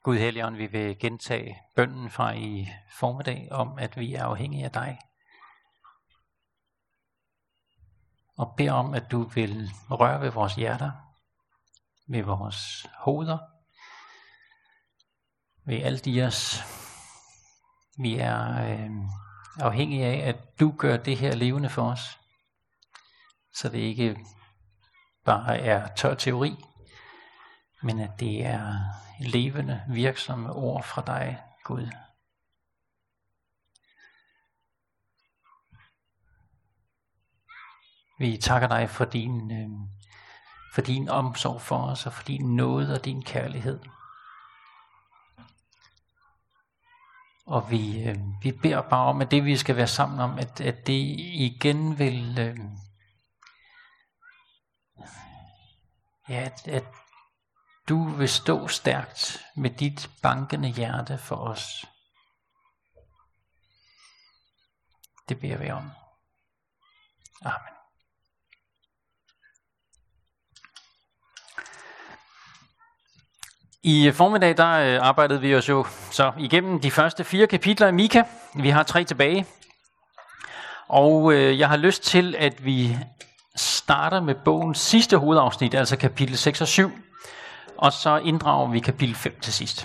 Gud Helligånd, vi vil gentage bønnen fra i formiddag om, at vi er afhængige af dig. Og beder om, at du vil røre ved vores hjerter, ved vores hoveder, ved alt i os. Vi er afhængige af, at du gør det her levende for os, så det ikke bare er tør teori, men at det er levende, virksomme ord fra dig, Gud. Vi takker dig for din omsorg for os, og for din nåde og din kærlighed. Og vi beder bare om, at det vi skal være sammen om, at det igen vil, at du vil stå stærkt med dit bankende hjerte for os. Det beder vi om. Amen. I formiddag der arbejdede vi os jo så igennem de første 4 kapitler af Mika. Vi har 3 tilbage. Og jeg har lyst til, at vi starter med bogens sidste hovedafsnit, altså kapitel 6 og 7. Og så inddrager vi kapitel 5 til sidst.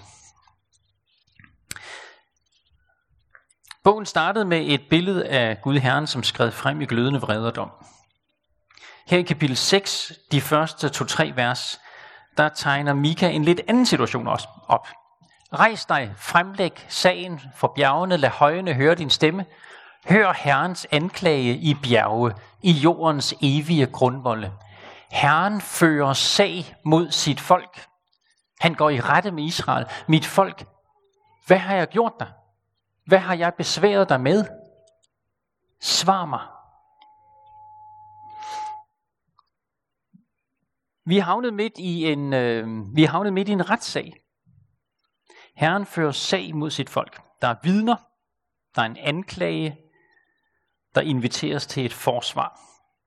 Bogen startede med et billede af Gud Herren, som skred frem i glødende vrederdom. Her i kapitel 6, de første 2-3 vers, der tegner Mika en lidt anden situation også op. Rejs dig, fremlæg sagen for bjergene, lad højene høre din stemme. Hør Herrens anklage i bjerge, i jordens evige grundvolde. Herren fører sag mod sit folk. Han går i rette med Israel. Mit folk, hvad har jeg gjort dig? Hvad har jeg besværet dig med? Svar mig. Vi er havnet midt i en retssag. Herren fører sag mod sit folk. Der er vidner, der er en anklage, der inviteres til et forsvar.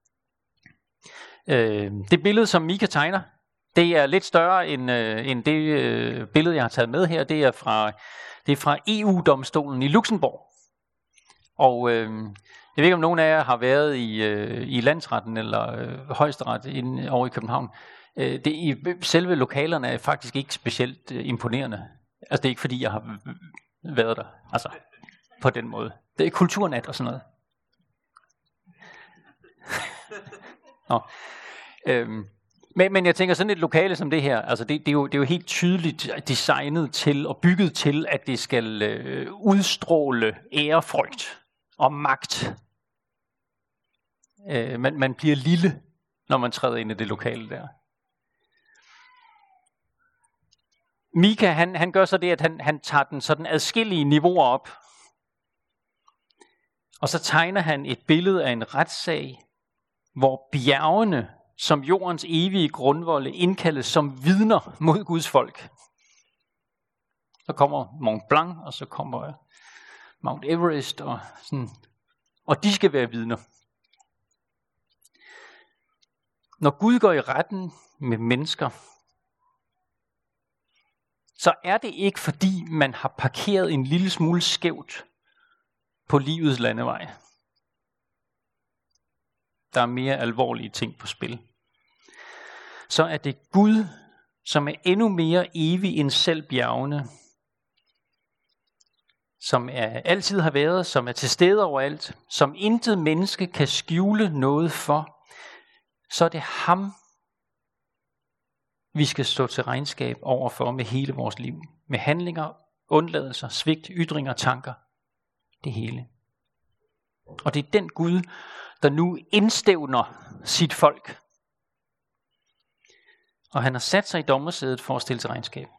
Det billede, som Mika tegner, det er lidt større end det billede, jeg har taget med her. Det er fra EU-domstolen i Luxembourg. Og jeg ved ikke, om nogen af jer har været i landsretten eller højesteret over i København. Selve lokalerne er faktisk ikke specielt imponerende. Altså det er ikke fordi, jeg har været der. Altså på den måde. Det er kulturnat og sådan noget. Men jeg tænker sådan et lokale som det her, altså det er jo helt tydeligt designet til og bygget til, at det skal udstråle ærefrygt og magt. Man bliver lille, når man træder ind i det lokale der. Mika, han gør så det, at han tager den sådan adskillige niveauer op. Og så tegner han et billede af en retssag, hvor bjergene som jordens evige grundvolde indkaldes som vidner mod Guds folk. Så kommer Mont Blanc, og så kommer Mount Everest, og de skal være vidner. Når Gud går i retten med mennesker, så er det ikke fordi, man har parkeret en lille smule skævt på livets landevej. Der er mere alvorlige ting på spil. Så er det Gud, som er endnu mere evig end selv bjergene, som altid har været, som er til stede overalt, som intet menneske kan skjule noget for, så er det ham, vi skal stå til regnskab overfor med hele vores liv. Med handlinger, undladelser, svigt, ytringer, tanker. Det hele. Og det er den Gud, der nu indstævner sit folk. Og han har sat sig i dommersædet for at stille til regnskab.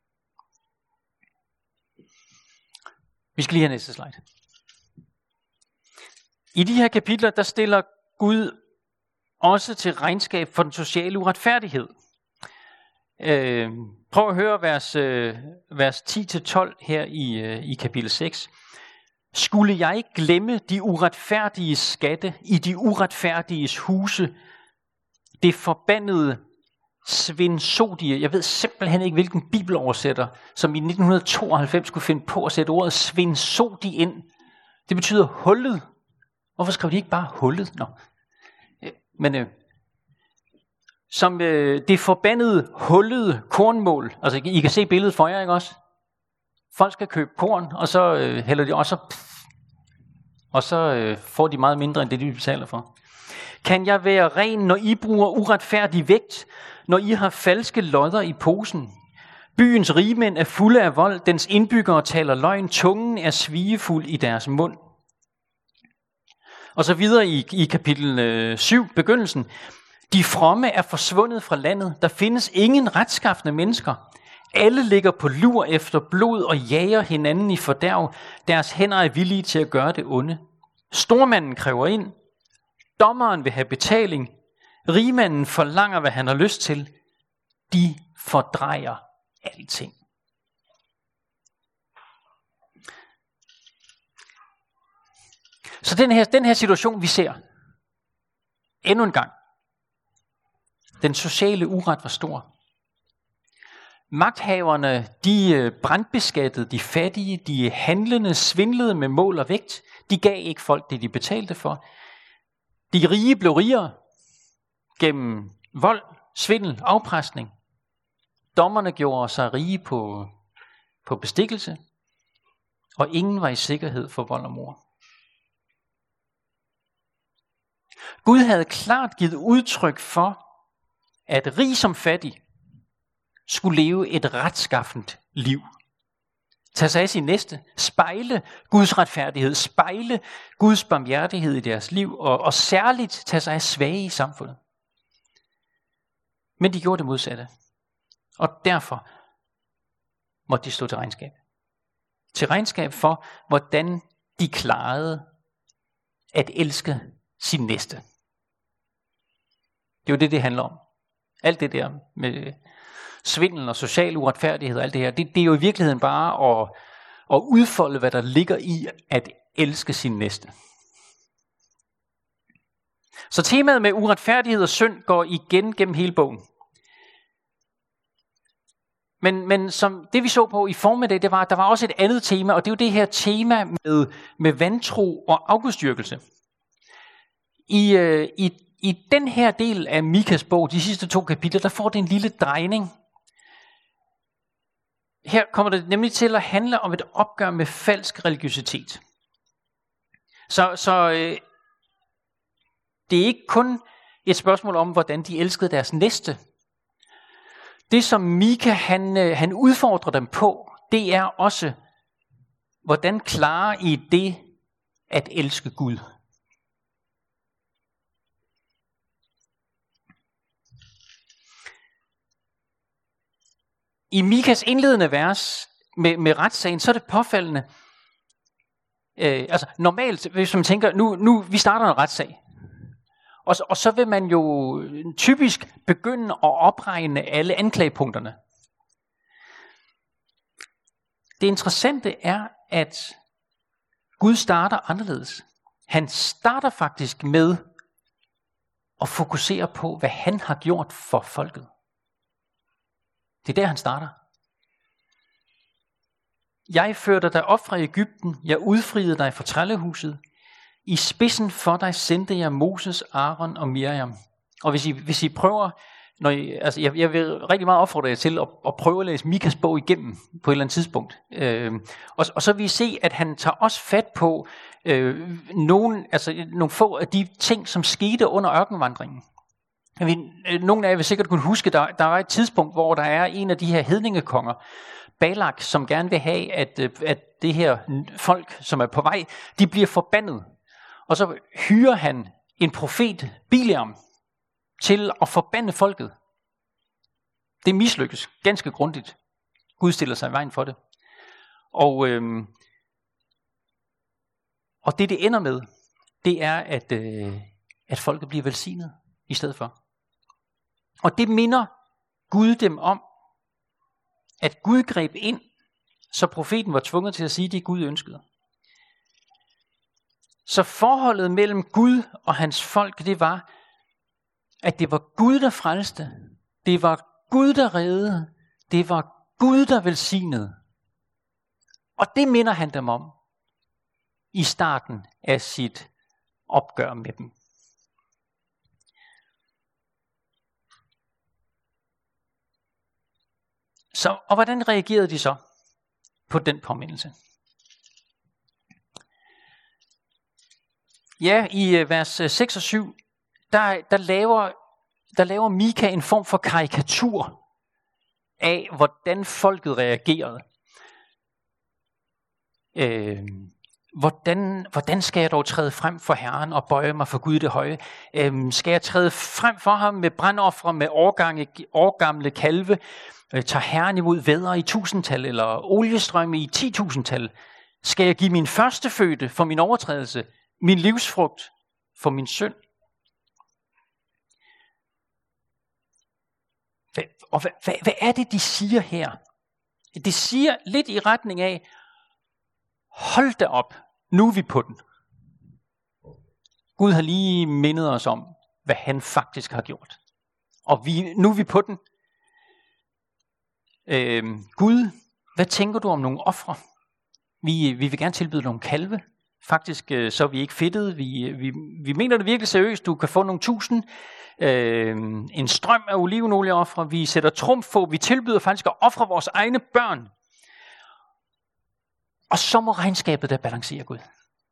Vi skal lige have næste slide. I de her kapitler, der stiller Gud også til regnskab for den sociale uretfærdighed. Prøv at høre vers 10-12 her i kapitel 6. Skulle jeg glemme de uretfærdige skatte i de uretfærdiges huse, det forbandede Svinsodie. Jeg ved simpelthen ikke, hvilken bibeloversætter, som i 1992 skulle finde på at sætte ordet svinsodie ind. Det betyder hullet. Hvorfor skrev de ikke bare hullet? Nå. Men som det forbandede, hullede kornmål. Altså, I kan se billedet for jer, ikke også? Folk skal købe korn, og så hælder de også, og så får de meget mindre, end det de betaler for. Kan jeg være ren, når I bruger uretfærdig vægt, når I har falske lodder i posen? Byens rigmænd er fulde af vold, dens indbyggere taler løgn, tungen er svigefuld i deres mund. Og så videre i kapitel 7, begyndelsen. De fromme er forsvundet fra landet, der findes ingen retskaffende mennesker. Alle ligger på lur efter blod og jager hinanden i fordærv. Deres hænder er villige til at gøre det onde. Stormanden kræver ind. Dommeren vil have betaling. Rigmanden forlanger, hvad han har lyst til. De fordrejer alting. Så den her situation, vi ser, endnu en gang. Den sociale uret var stor. Magthaverne, de brandbeskattede de fattige, de handlende svindlede med mål og vægt. De gav ikke folk det, de betalte for. De rige blev rigere gennem vold, svindel, afpresning. Dommerne gjorde sig rige på bestikkelse, og ingen var i sikkerhed for vold og mord. Gud havde klart givet udtryk for, at rig som fattig skulle leve et retskaffent liv. Tag sig af sin næste, spejle Guds retfærdighed, spejle Guds barmhjertighed i deres liv, og særligt tage sig af svage i samfundet. Men de gjorde det modsatte, og derfor måtte de stå til regnskab. Til regnskab for, hvordan de klarede at elske sin næste. Det er jo det handler om. Alt det der med svindel og social uretfærdighed og alt det her, det er jo i virkeligheden bare at udfolde, hvad der ligger i at elske sin næste. Så temaet med uretfærdighed og synd går igen gennem hele bogen. Men som det vi så på i formiddag, det var, at der var også et andet tema, og det er jo det her tema med vantro og afgudstyrkelse. I den her del af Mikas bog, de sidste 2 kapitler, der får det en lille drejning. Her kommer det nemlig til at handle om et opgør med falsk religiøsitet. Så det er ikke kun et spørgsmål om, hvordan de elskede deres næste. Det som Mika han udfordrer dem på, det er også, hvordan klarer I det at elske Gud? I Mikas indledende vers med retssagen, så er det påfaldende. Altså normalt, hvis man tænker, nu vi starter en retssag, og så vil man jo typisk begynde at opregne alle anklagepunkterne. Det interessante er, at Gud starter anderledes. Han starter faktisk med at fokusere på, hvad han har gjort for folket. Det er der, han starter. Jeg førte dig op fra Egypten, jeg udfriede dig fra trællehuset. I spidsen for dig sendte jeg Moses, Aaron og Miriam. Og hvis I prøver, jeg vil rigtig meget opfordre jer til at prøve at læse Mikas bog igennem på et eller andet tidspunkt. Og så vil I se, at han tager også fat på nogle få af de ting, som skete under ørkenvandringen. Nogle af jer vil sikkert kunne huske, der var et tidspunkt, hvor der er en af de her hedningekonger, Balak, som gerne vil have, at det her folk, som er på vej, de bliver forbandet. Og så hyrer han en profet, Bileam, til at forbande folket. Det mislykkes ganske grundigt. Gud stiller sig i vejen for det. Og det ender med, det er, at folket bliver velsignet i stedet for. Og det minder Gud dem om, at Gud greb ind, så profeten var tvunget til at sige, det Gud ønskede. Så forholdet mellem Gud og hans folk, det var, at det var Gud, der frelste, Det var Gud, der reddede. Det var Gud, der velsignede. Og det minder han dem om i starten af sit opgør med dem. Og hvordan reagerede de så på den påmindelse? Ja, i vers 6 og 7, der laver Mika en form for karikatur af, hvordan folket reagerede. Hvordan skal jeg dog træde frem for Herren og bøje mig for Gud det høje? Skal jeg træde frem for ham med brandofre, med årgamle kalve? Tager Herren imod vædder i 1000-tal eller oliestrømme i 10.000-tal? Skal jeg give min førstefødte for min overtrædelse, min livsfrugt for min synd? Og hvad er det, de siger her? Det siger lidt i retning af, hold da op, nu er vi på den. Gud har lige mindet os om, hvad han faktisk har gjort. Og nu er vi på den. Gud, hvad tænker du om nogle ofre? Vi vil gerne tilbyde nogle kalve. Faktisk så er vi ikke fedtede. Vi mener det virkelig seriøst. Du kan få nogle 1000. En strøm af olivenolieofre. Vi sætter trumf på. Vi tilbyder faktisk at ofre vores egne børn. Og så må regnskabet der balancere, Gud.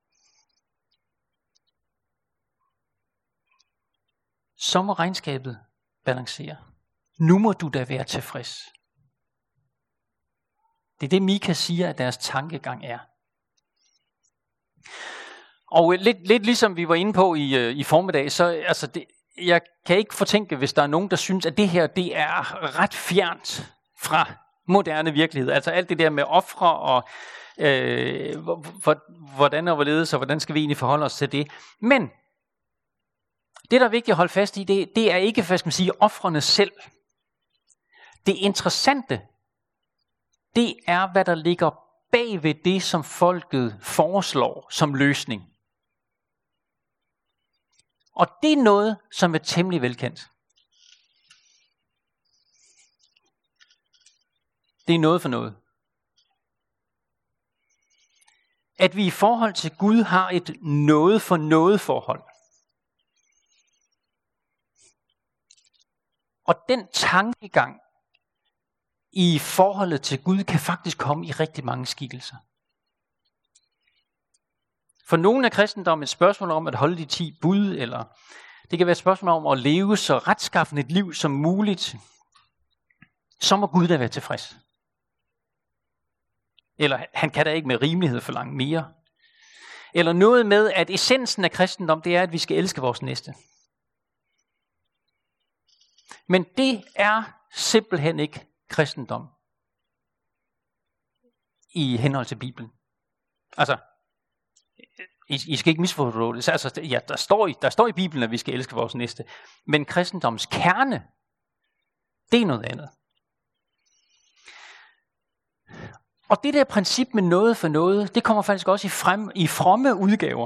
Så må regnskabet balancere. Nu må du da være tilfreds. Det er det, Mika siger, at deres tankegang er. Og lidt ligesom vi var inde på i formiddag, så altså jeg kan ikke fortænke, hvis der er nogen, der synes, at det her det er ret fjernt fra moderne virkelighed. Altså alt det der med ofre og hvordan og hvorledes, og hvordan skal vi egentlig forholde os til det. Men det, der er vigtigt at holde fast i, det er ikke, hvad skal man sige, ofrene selv. Det interessante, det er, hvad der ligger bag ved det, som folket foreslår som løsning. Og det er noget, som er temmelig velkendt. Det er noget for noget. At vi i forhold til Gud har et noget for noget forhold. Og den tankegang i forholdet til Gud kan faktisk komme i rigtig mange skikkelser. For nogle af kristendommen et spørgsmål om at holde de 10 bud, eller det kan være et spørgsmål om at leve så retskaffende et liv som muligt. Så må Gud da være tilfreds. Eller han kan da ikke med rimelighed forlange mere. Eller noget med, at essensen af kristendom, det er, at vi skal elske vores næste. Men det er simpelthen ikke kristendom i henhold til Bibelen. Altså, I skal ikke misforstå det. Altså, ja, der står i Bibelen, at vi skal elske vores næste. Men kristendoms kerne, det er noget andet. Og det der princip med noget for noget, det kommer faktisk også i fromme udgaver.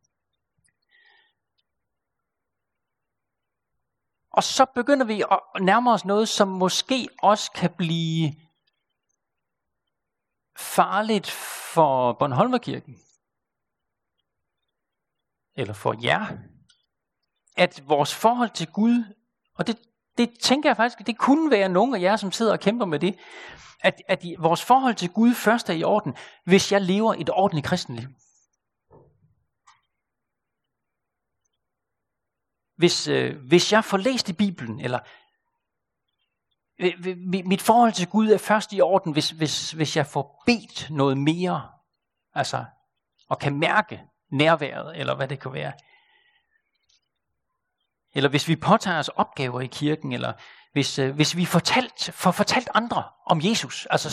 Og så begynder vi at nærme os noget, som måske også kan blive farligt for Bornholmerkirken. Eller for jer. At vores forhold til Gud, og det tænker jeg faktisk, det kunne være nogle af jer, som sidder og kæmper med det, at vores forhold til Gud først er i orden, hvis jeg lever et ordentligt kristenliv. Hvis jeg får læst i Bibelen, eller mit forhold til Gud er først i orden, hvis jeg får bedt noget mere, altså, og kan mærke nærværet, eller hvad det kan være. Eller hvis vi påtager os opgaver i kirken, eller hvis vi får fortalt andre om Jesus, altså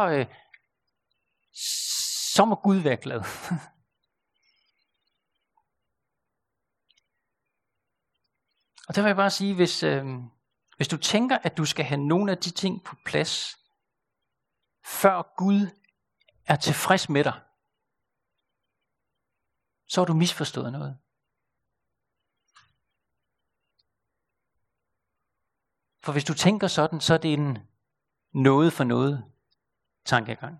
så må Gud være glad. Og der vil jeg bare sige, hvis du tænker, at du skal have nogle af de ting på plads, før Gud er tilfreds med dig, så har du misforstået noget. For hvis du tænker sådan, så er det en noget for noget tankegang.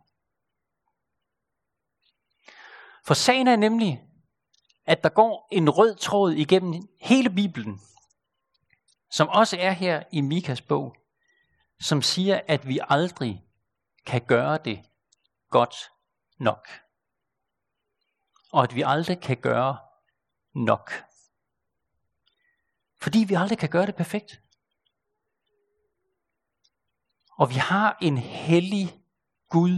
For sagen er nemlig, at der går en rød tråd igennem hele Bibelen, som også er her i Mikas bog, som siger, at vi aldrig kan gøre det godt nok. Og at vi aldrig kan gøre nok. Fordi vi aldrig kan gøre det perfekt. Og vi har en hellig Gud,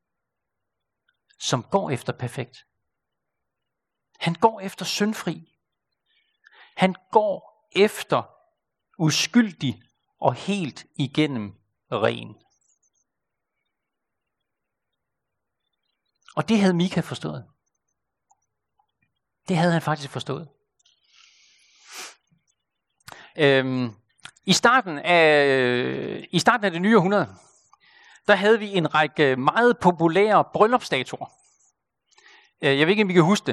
som går efter perfekt. Han går efter syndfri. Han går efter uskyldig og helt igennem ren. Og det havde Mika forstået. Det havde han faktisk forstået. I starten af det nye århundrede, der havde vi en række meget populære bryllupsdatoer. Jeg ved ikke, om I kan huske det.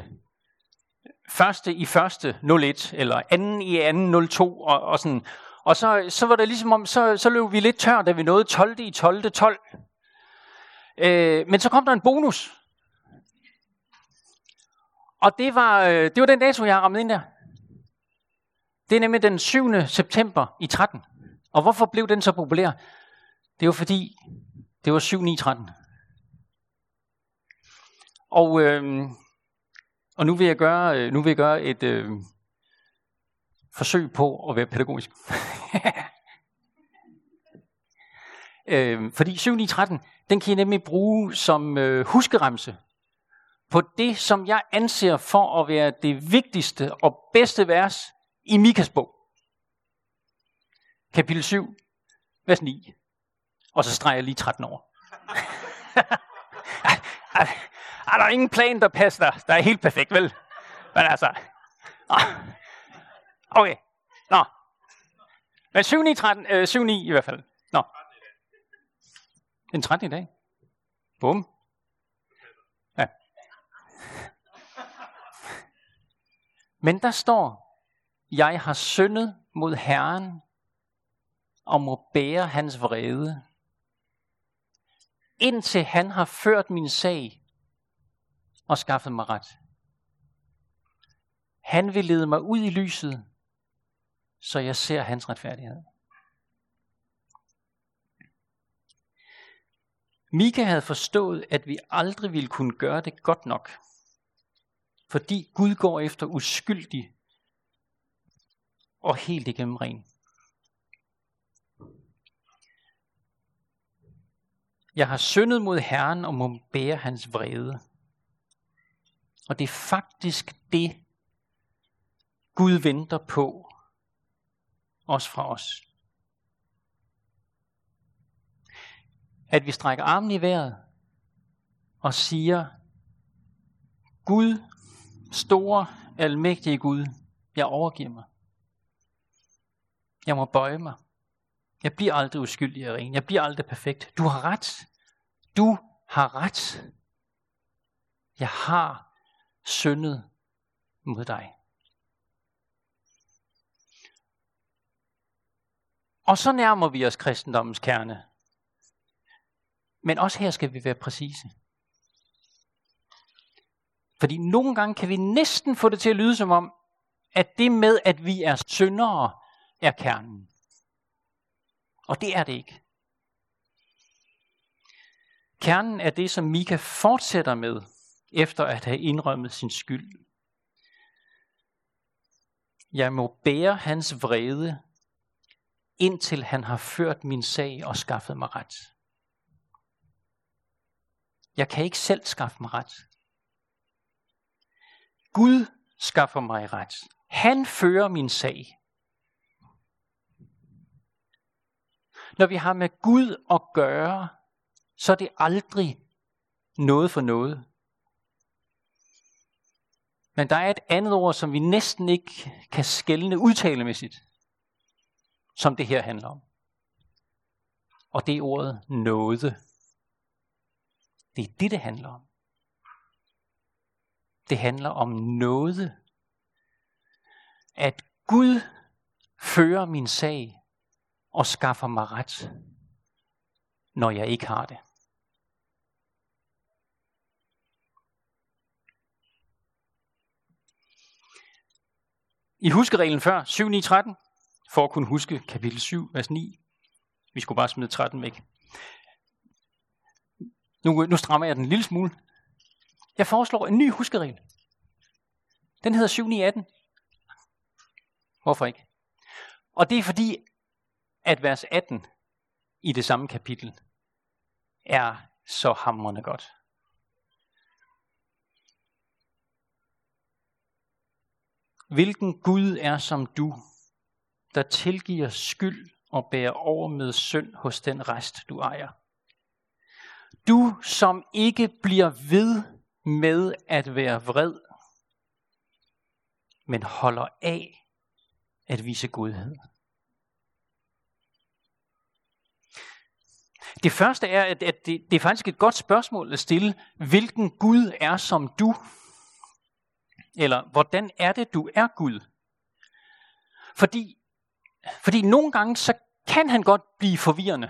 1.1.01, eller 2.2.02, og sådan. Og så var det ligesom om, så løb vi lidt tør, da vi nåede 12.12.12. Men så kom der en bonus. Og det var den dato, jeg har rammet ind der. Det er nemlig den 7. september i 13. Og hvorfor blev den så populær? Det var fordi, det var 7-9-13. Og nu vil jeg gøre et forsøg på at være pædagogisk. Fordi 7-9-13, den kan I nemlig bruge som huskeremse på det, som jeg anser for at være det vigtigste og bedste vers i Mikas bog. Kapitel 7, vers 9. Og så streger jeg lige 13 år. Der er ingen plan, der passer der er helt perfekt, vel? Men altså... Okay, nå. Men 7-9 i hvert fald. Nå. Den 13 i dag. Bum. Ja. Men der står, jeg har syndet mod Herren og må bære hans vrede, indtil han har ført min sag og skaffet mig ret. Han vil lede mig ud i lyset, så jeg ser hans retfærdighed. Mika havde forstået, at vi aldrig ville kunne gøre det godt nok, fordi Gud går efter uskyldig og helt igennem ren. Jeg har syndet mod Herren og må bære hans vrede. Og det er faktisk det, Gud venter på, også fra os. At vi strækker armen i vejret og siger, Gud, store, almægtige Gud, jeg overgiver mig. Jeg må bøje mig. Jeg bliver aldrig uskyldig og ren. Jeg bliver aldrig perfekt. Du har ret. Du har ret. Jeg har syndet mod dig. Og så nærmer vi os kristendommens kerne. Men også her skal vi være præcise. Fordi nogle gange kan vi næsten få det til at lyde som om, at det med, at vi er syndere, er kernen. Og det er det ikke. Kernen er det, som Mika fortsætter med, efter at have indrømmet sin skyld. Jeg må bære hans vrede, indtil han har ført min sag og skaffet mig ret. Jeg kan ikke selv skaffe mig ret. Gud skaffer mig ret. Han fører min sag. Når vi har med Gud at gøre, så er det aldrig noget for noget. Men der er et andet ord, som vi næsten ikke kan skelne udtalemæssigt, som det her handler om. Og det er ordet nåde. Det er det handler om. Det handler om nåde. At Gud fører min sag og skaffer mig ret, når jeg ikke har det. I huskereglen før, 7, 9, 13, for at kunne huske kapitel 7, vers 9. Vi skulle bare smide 13 væk. Nu strammer jeg den en lille smule. Jeg foreslår en ny huskeregel. Den hedder 7, 9, 18. Hvorfor ikke? Og det er fordi, at vers 18 i det samme kapitel er så hamrende godt. Hvilken Gud er som du, der tilgiver skyld og bærer over med synd hos den rest, du ejer. Du, som ikke bliver ved med at være vred, men holder af at vise godhed. Det første er, at det er faktisk et godt spørgsmål at stille. Hvilken Gud er som du? Eller hvordan er det, du er Gud? Fordi nogle gange, så kan han godt blive forvirrende.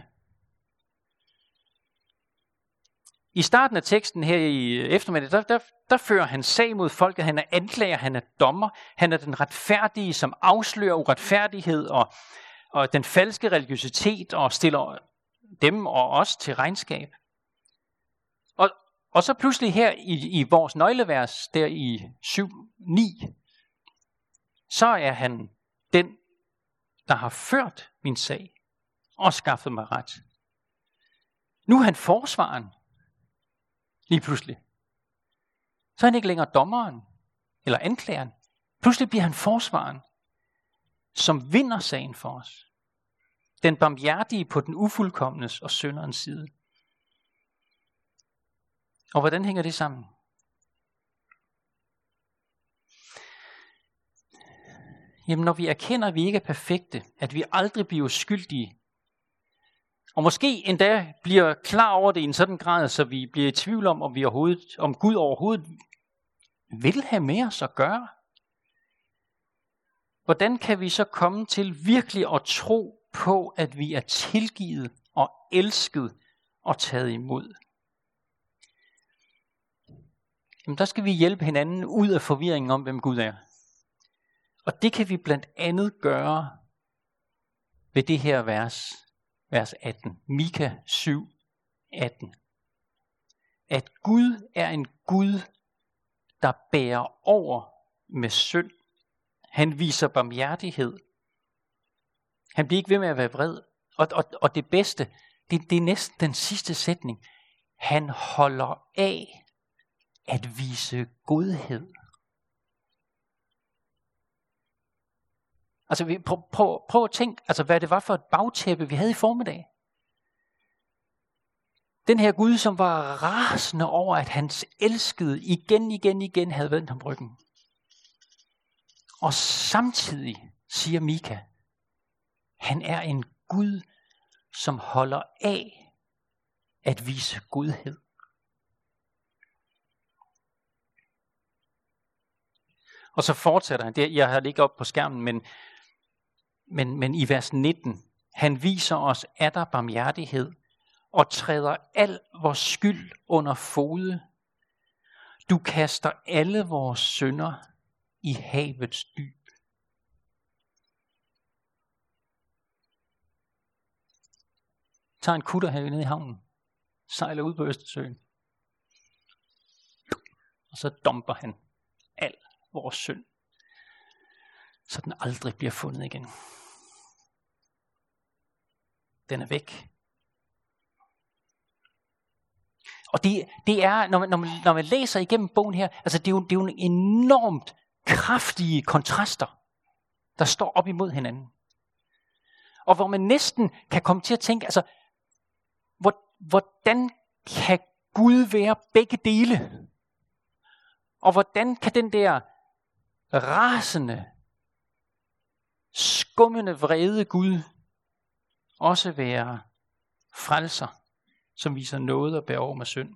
I starten af teksten her i eftermiddag, der fører han sag mod folket. Han er anklager, han er dommer. Han er den retfærdige, som afslører uretfærdighed og den falske religiøsitet og stiller dem og os til regnskab. Og så pludselig her i vores nøglevers, der i 7:9, så er han den, der har ført min sag og skaffet mig ret. Nu er han forsvaren. Lige pludselig. Så er han ikke længere dommeren eller anklageren. Pludselig bliver han forsvaren, som vinder sagen for os. Den barmhjertige på den ufuldkomnes og synderens side. Og hvordan hænger det sammen? Jamen, når vi erkender, at vi ikke er perfekte, at vi aldrig bliver skyldige, og måske endda bliver klar over det i en sådan grad, så vi bliver i tvivl om, om Gud overhovedet vil have med os at gøre. Hvordan kan vi så komme til virkelig at tro på, at vi er tilgivet og elsket og taget imod? Jamen, der skal vi hjælpe hinanden ud af forvirringen om, hvem Gud er. Og det kan vi blandt andet gøre ved det her vers 18. Mika 7:18. At Gud er en Gud, der bærer over med synd. Han viser barmhjertighed. Han bliver ikke ved med at være vred. Og det bedste, det er næsten den sidste sætning. Han holder af at vise godhed. Altså prøv at tænke, altså, hvad det var for et bagtæppe, vi havde i formiddag. Den her Gud, som var rasende over, at hans elskede igen havde vendt ham ryggen. Og samtidig siger Mika, han er en Gud, som holder af at vise godhed. Og så fortsætter han, jeg har det ikke op på skærmen, men i vers 19, han viser os atter barmhjertighed og træder al vores skyld under fode. Du kaster alle vores synder i havets dyb. Tag en kutter her nede i havnen, sejler ud på Østersøen, og så dumper han al vores synd, så den aldrig bliver fundet igen. Den er væk. Og det er, når man læser igennem bogen her, altså det er jo en enormt kraftige kontraster, der står op imod hinanden. Og hvor man næsten kan komme til at tænke, altså, hvordan kan Gud være begge dele? Og hvordan kan den der rasende, skummende, vrede Gud også være frelser, som viser noget og bærer over med synd?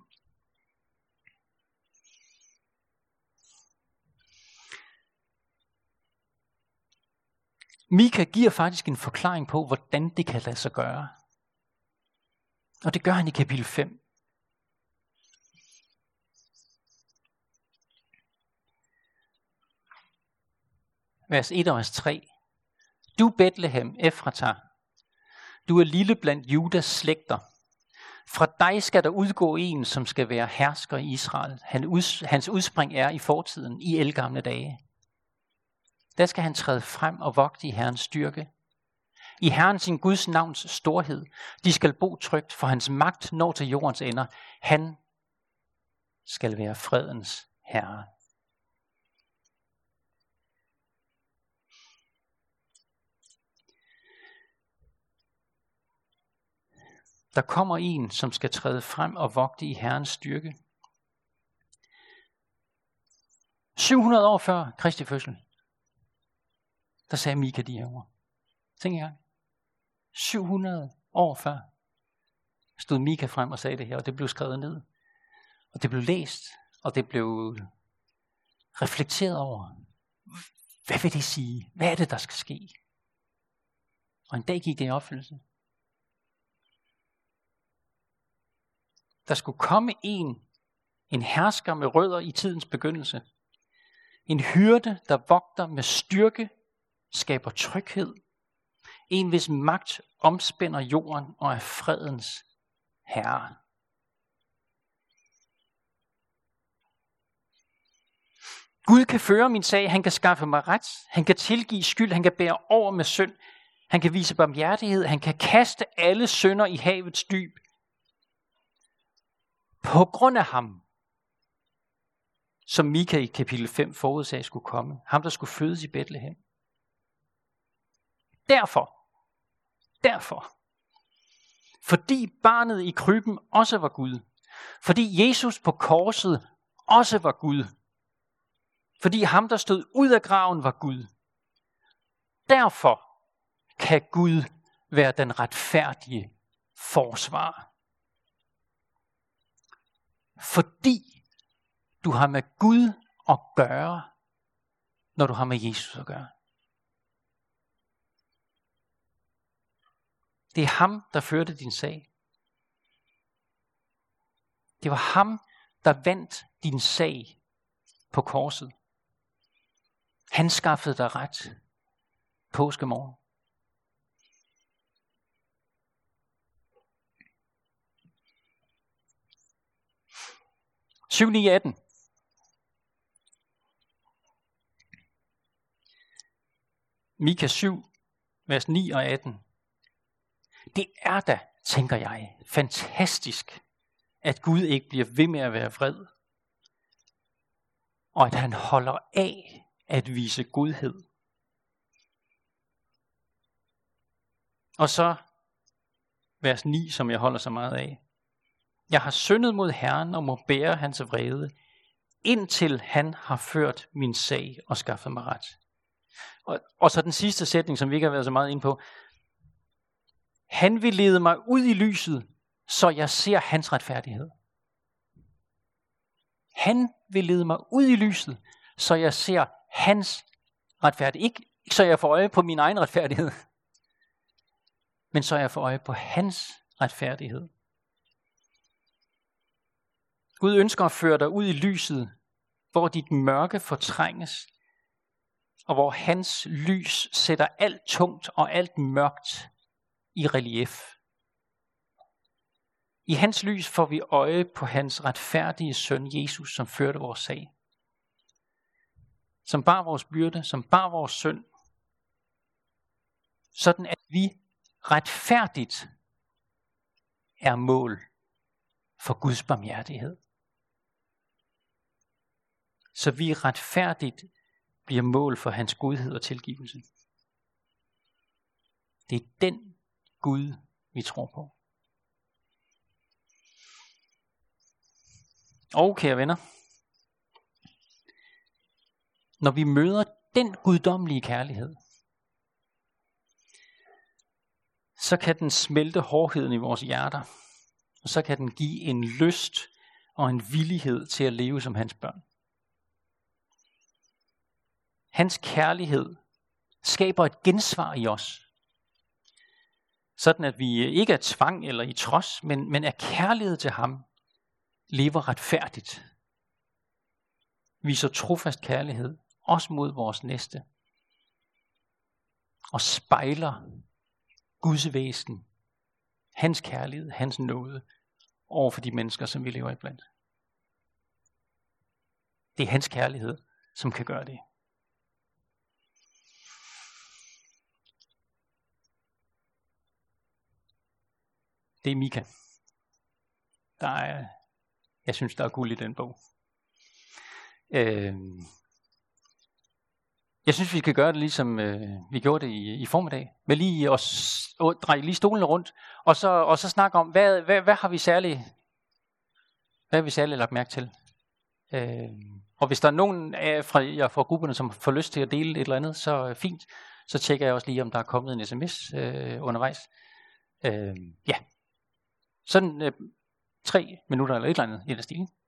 Mika giver faktisk en forklaring på, hvordan det kan lade sig gøre. Og det gør han i kapitel 5. Vers 1 og vers 3. Du Betlehem, Efrata, du er lille blandt Judas slægter. Fra dig skal der udgå en, som skal være hersker i Israel. Hans udspring er i fortiden, i ældgamle dage. Der skal han træde frem og vogte i Herrens styrke. I Herren sin Guds navns storhed. De skal bo trygt, for hans magt når til jordens ender. Han skal være fredens herre. Der kommer en, som skal træde frem og vogte i Herrens styrke. 700 år før Kristi fødsel, der sagde Mika de her ord. Tænk jer, 700 år før stod Mika frem og sagde det her, og det blev skrevet ned. Og det blev læst, og det blev reflekteret over. Hvad vil det sige? Hvad er det, der skal ske? Og en dag gik det i opfyldelse. Der skulle komme en hersker med rødder i tidens begyndelse. En hyrde, der vogter med styrke, skaber tryghed. En, hvis magt omspænder jorden og er fredens herre. Gud kan føre min sag, han kan skaffe mig ret, han kan tilgive skyld, han kan bære over med synd, han kan vise barmhjertighed, han kan kaste alle synder i havets dyb. På grund af ham, som Mika i kapitel 5 forudsagde skulle komme, ham der skulle fødes i Betlehem. Derfor, fordi barnet i krybben også var Gud, fordi Jesus på korset også var Gud, fordi ham der stod ud af graven var Gud, derfor kan Gud være den retfærdige forsvarer. Fordi du har med Gud at gøre, når du har med Jesus at gøre. Det er ham, der førte din sag. Det var ham, der vandt din sag på korset. Han skaffede dig ret påskemorgen. Syv 9, 18. Mika 7, vers 9 og 18. Det er da, tænker jeg, fantastisk, at Gud ikke bliver ved med at være vred, og at han holder af at vise godhed. Og så vers 9, som jeg holder så meget af. Jeg har syndet mod Herren og må bære hans vrede, indtil han har ført min sag og skaffet mig ret. Og så den sidste sætning, som vi ikke har været så meget inde på. Han vil lede mig ud i lyset, så jeg ser hans retfærdighed. Han vil lede mig ud i lyset, så jeg ser hans retfærdighed. Ikke så jeg får øje på min egen retfærdighed, men så jeg får øje på hans retfærdighed. Gud ønsker at føre dig ud i lyset, hvor dit mørke fortrænges, og hvor hans lys sætter alt tungt og alt mørkt i relief. I hans lys får vi øje på hans retfærdige søn Jesus, som førte vores sag. Som bar vores byrde, som bar vores synd. Sådan at vi retfærdigt er mål for Guds barmhjertighed. Så vi retfærdigt bliver mål for hans godhed og tilgivelse. Det er den Gud, vi tror på. Og kære venner, når vi møder den guddommelige kærlighed, så kan den smelte hårdheden i vores hjerter, og så kan den give en lyst og en villighed til at leve som hans børn. Hans kærlighed skaber et gensvar i os. Sådan at vi ikke er tvang eller i trods, men er kærlighed til ham, lever retfærdigt. Viser trofast kærlighed, også mod vores næste. Og spejler Guds væsen, hans kærlighed, hans nåde, over for de mennesker, som vi lever iblandt. Det er hans kærlighed, som kan gøre det. Det er Mika. Jeg synes, der er guld i den bog. Jeg synes, vi skal gøre det ligesom vi gjorde det i formiddag. Med lige at dreje lige stolene rundt, og så snakke om, hvad har vi særligt, hvad har vi særligt lagt mærke til. Og hvis der er nogen af fra grupperne, som får lyst til at dele et eller andet, så fint. Så tjekker jeg også lige, om der er kommet en sms undervejs. Ja. Sådan 3 minutter eller et eller andet i den stil.